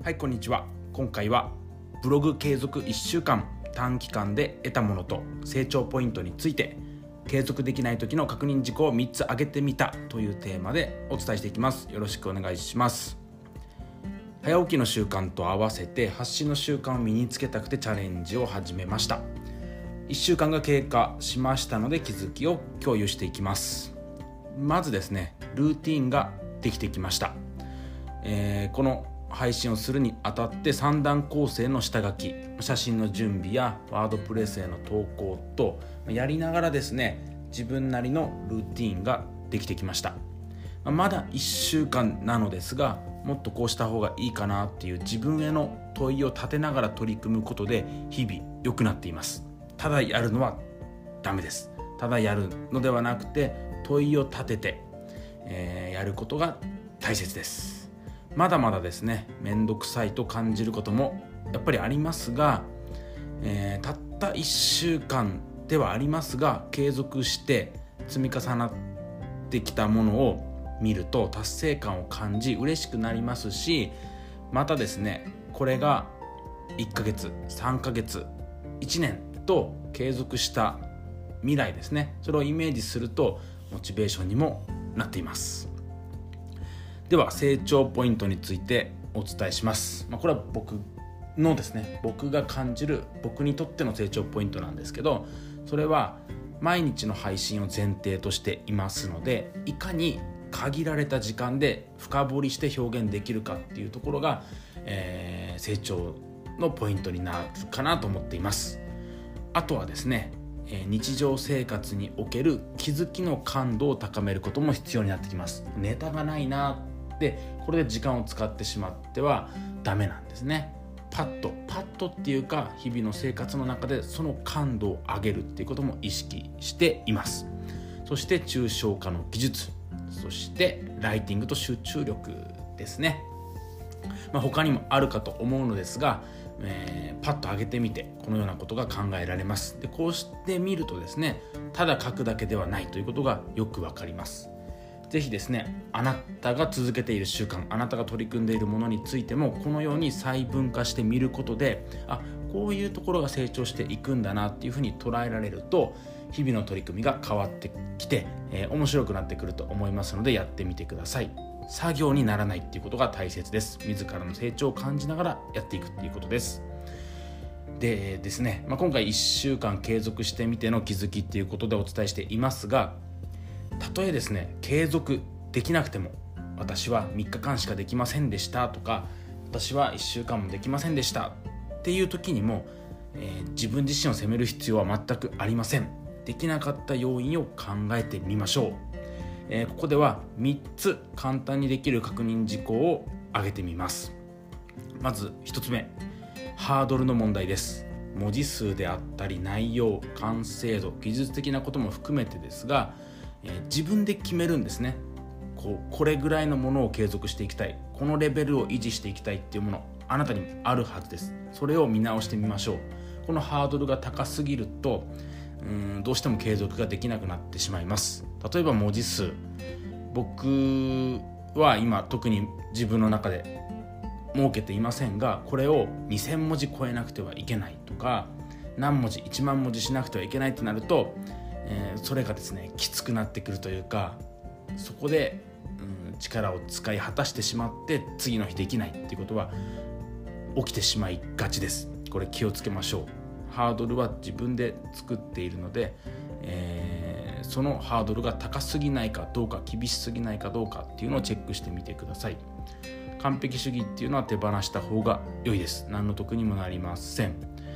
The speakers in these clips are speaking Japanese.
はい、こんにちは。今回はブログ継続1週間短期間で得たものと成長ポイントについて、継続できない時の確認事項を3つ挙げてみたというテーマでお伝えしていきます。よろしくお願いします。早起きの習慣と合わせて発信の習慣を身につけたくてチャレンジを始めました。1週間が経過しましたので気づきを共有していきます。まずですね、ルーティンができてきました。この配信をするにあたって3段構成の下書き、写真の準備やワードプレスへの投稿とやりながらですね、自分なりのルーティンができてきました。まだ1週間なのですが、もっとこうした方がいいかなっていう自分への問いを立てながら取り組むことで日々良くなっています。ただやるのはダメです。ただやるのではなくて問いを立てて、やることが大切です。まだまだですね、めんどくさいと感じることもやっぱりありますが、たった1週間ではありますが、継続して積み重なってきたものを見ると達成感を感じ嬉しくなりますし、またですね、これが1ヶ月、3ヶ月、1年と継続した未来ですね、それをイメージするとモチベーションにもなっています。では成長ポイントについてお伝えします。これは僕のですね、僕が感じる僕にとっての成長ポイントなんですけど、それは毎日の配信を前提としていますので、いかに限られた時間で深掘りして表現できるかっていうところが、成長のポイントになるかなと思っています。あとはですね、日常生活における気づきの感度を高めることも必要になってきます。ネタがないなってこれで時間を使ってしまってはダメなんですね。パッとっていうか、日々の生活の中でその感度を上げるっていうことも意識しています。そして抽象化の技術、そしてライティングと集中力ですね。他にもあるかと思うのですが、パッと上げてみてこのようなことが考えられます。で、こうしてみるとですね、ただ書くだけではないということがよくわかります。ぜひですね、あなたが続けている習慣、あなたが取り組んでいるものについてもこのように細分化してみることで、こういうところが成長していくんだなっていうふうに捉えられると、日々の取り組みが変わってきて、面白くなってくると思いますので、やってみてください。作業にならないっていうことが大切です。自らの成長を感じながらやっていくっていうことです。でですね、今回1週間継続してみての気づきっていうことでお伝えしていますが、たとえですね、継続できなくても、私は3日間しかできませんでしたとか、私は1週間もできませんでしたっていう時にも、自分自身を責める必要は全くありません。できなかった要因を考えてみましょう。ここでは3つ簡単にできる確認事項を挙げてみます。まず1つ目、ハードルの問題です。文字数であったり内容、完成度、技術的なことも含めてですが、自分で決めるんですね。これぐらいのものを継続していきたい、このレベルを維持していきたいっていうもの、あなたにもあるはずです。それを見直してみましょう。このハードルが高すぎるとどうしても継続ができなくなってしまいます。例えば文字数、僕は今特に自分の中で設けていませんが、これを2000文字超えなくてはいけないとか、何文字1万文字しなくてはいけないってなると、それがですね、きつくなってくるというか、そこで、力を使い果たしてしまって次の日できないっていうことは起きてしまいがちです。これ気をつけましょう。ハードルは自分で作っているので、そのハードルが高すぎないかどうか、厳しすぎないかどうかっていうのをチェックしてみてください。完璧主義っていうのは手放した方が良いです。何の得にもなりません。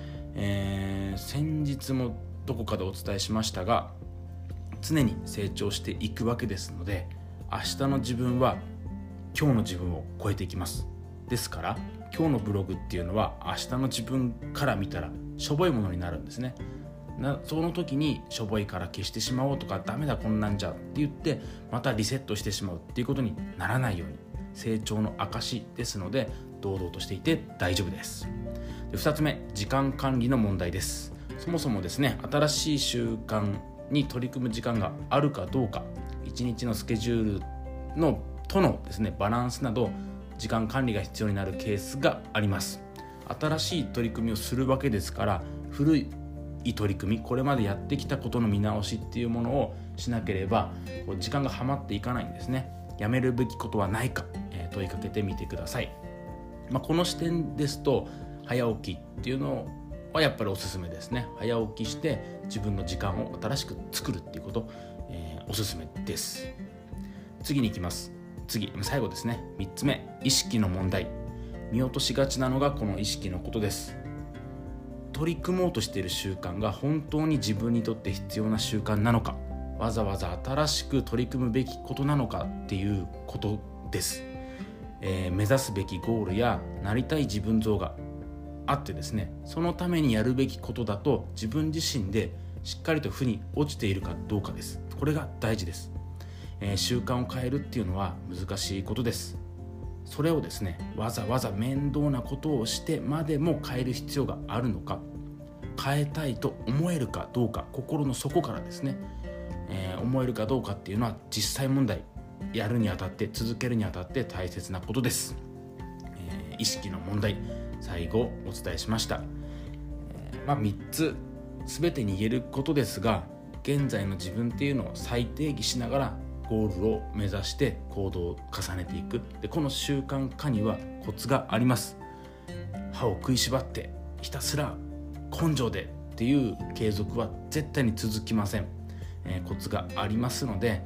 先日もどこかでお伝えしましたが、常に成長していくわけですので、明日の自分は今日の自分を超えていきます。ですから今日のブログっていうのは明日の自分から見たらしょぼいものになるんですね。その時にしょぼいから消してしまおうとか、ダメだこんなんじゃって言ってまたリセットしてしまうっていうことにならないように、成長の証ですので堂々としていて大丈夫です。で、2つ目、時間管理の問題です。そもそもですね、新しい習慣に取り組む時間があるかどうか、一日のスケジュールのとのですね、バランスなど時間管理が必要になるケースがあります。新しい取り組みをするわけですから、古い取り組み、これまでやってきたことの見直しっていうものをしなければ時間がはまっていかないんですね。やめるべきことはないか、問いかけてみてください。この視点ですと早起きっていうのはやっぱりおすすめですね。早起きして自分の時間を新しく作るっていうこと、おすすめです。次に行きます。最後ですね。3つ目、意識の問題。見落としがちなのがこの意識のことです。取り組もうとしている習慣が本当に自分にとって必要な習慣なのか、わざわざ新しく取り組むべきことなのかっていうことです。目指すべきゴールやなりたい自分像があってですね、そのためにやるべきことだと自分自身でしっかりと負に落ちているかどうかです。これが大事です。習慣を変えるっていうのは難しいことです。それをですね、わざわざ面倒なことをしてまでも変える必要があるのか、変えたいと思えるかどうか、心の底からですね、思えるかどうかっていうのは実際問題、やるにあたって続けるにあたって大切なことです。意識の問題、最後お伝えしました。3つ全てに言えることですが、現在の自分っていうのを再定義しながらゴールを目指して行動を重ねていく。で、この習慣化にはコツがあります。歯を食いしばってひたすら根性でっていう継続は絶対に続きません。コツがありますので、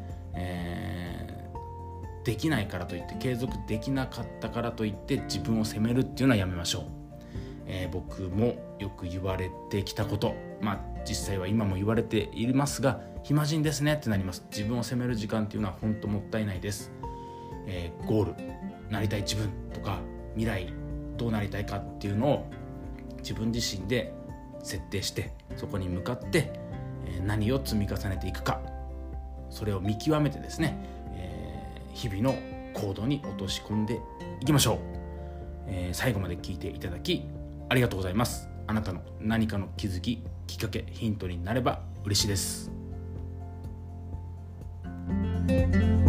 できないからといって、継続できなかったからといって自分を責めるっていうのはやめましょう。僕もよく言われてきたこと、実際は今も言われていますが、暇人ですねってなります。自分を責める時間っていうのは本当もったいないです。ゴール、なりたい自分とか未来どうなりたいかっていうのを自分自身で設定して、そこに向かって何を積み重ねていくか、それを見極めてですね、日々の行動に落とし込んでいきましょう。最後まで聞いていただきありがとうございます。あなたの何かの気づき、きっかけ、ヒントになれば嬉しいです。